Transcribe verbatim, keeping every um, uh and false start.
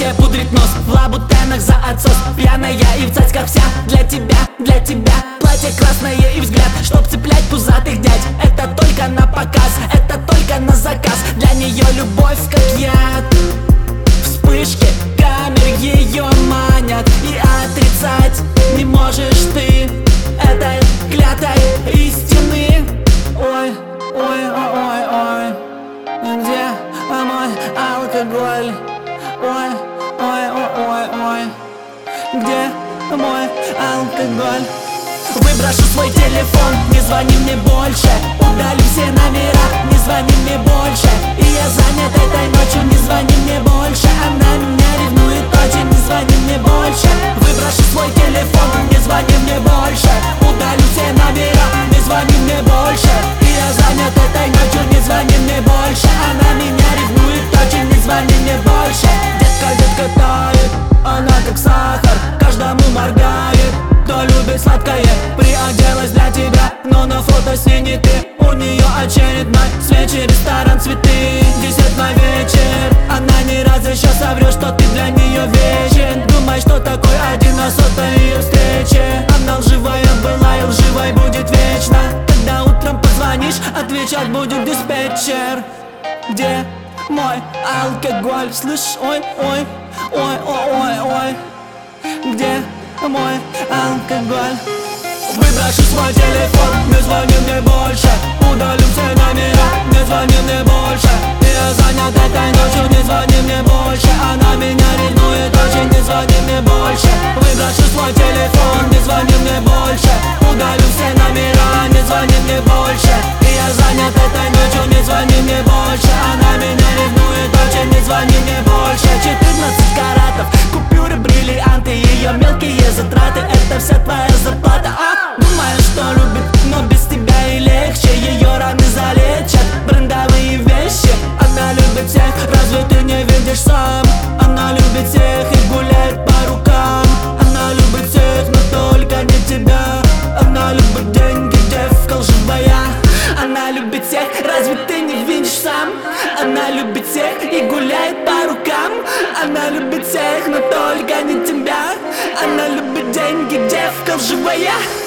себе пудрит нос в лабутенах за отсос. Пьяная и в цацках вся для тебя, для тебя. Платье красное и взгляд, чтоб цеплять пузатых дядь. Это только на показ, это только на заказ. Для нее любовь как яд. Вспышки камер ее манят, и отрицать не можешь ты этой клятой истины. Ой, ой, ой, ой, где мой алкоголь? Ой, ой, ой, ой, где мой алкоголь? Выброшу свой телефон, не звони мне больше. Удалю все номера, не звони мне больше. И я занят этой ночью, не звони мне больше. Она меня ревнует очень, не звони мне больше. Выброшу свой телефон, не звони мне больше. Удалю все номера, не звони мне больше. И я занят этой ночью, не звони мне больше. Она меня ревнует очень, не звони мне больше. Детка, детка тает, она как сахар, каждому моргает. Кто любит сладкое, приоделась для тебя, но на фото с ней не ты. У нее очередной свечи, ресторан, цветы. Десять на вечер, она ни разу еще соврет, что ты для нее вечен. Думай, что такой один на сотой ее встрече. Она лживая была и лживой будет вечно. Когда утром позвонишь, отвечать будет диспетчер. Где мой алкоголь? Слышь, ой, ой, ой, ой, ой, ой, где мой алкоголь? Выброшу свой телефон, не звони мне больше. Удалю все номера, не звони мне больше. Я занят этой ночью, не звони мне больше. Она меня ревнует очень, не звони мне больше. Выброшу свой телефон, не звони мне больше. Удалю все номера, не звони мне больше. Я занят этой ночью, не звони мне больше. Она меня ревнует очень, не звони мне больше. Четырнадцать каратов, купюры, бриллианты, ее мелкие затраты, это вся твоя зарплата. А? Думаешь, что любит, но без тебя и легче. Ее раны залечат, брендовые вещи. Она любит всех, разве ты не видишь сам? Она любит всех и гуляет по рукам. Она любит всех, но только не тебя. Она любит деньги, девка лживая. Она любит всех, разве ты не видишь сам? Она любит всех и гуляет по рукам. Она любит всех, но только не тебя. Она любит деньги, девка лживая.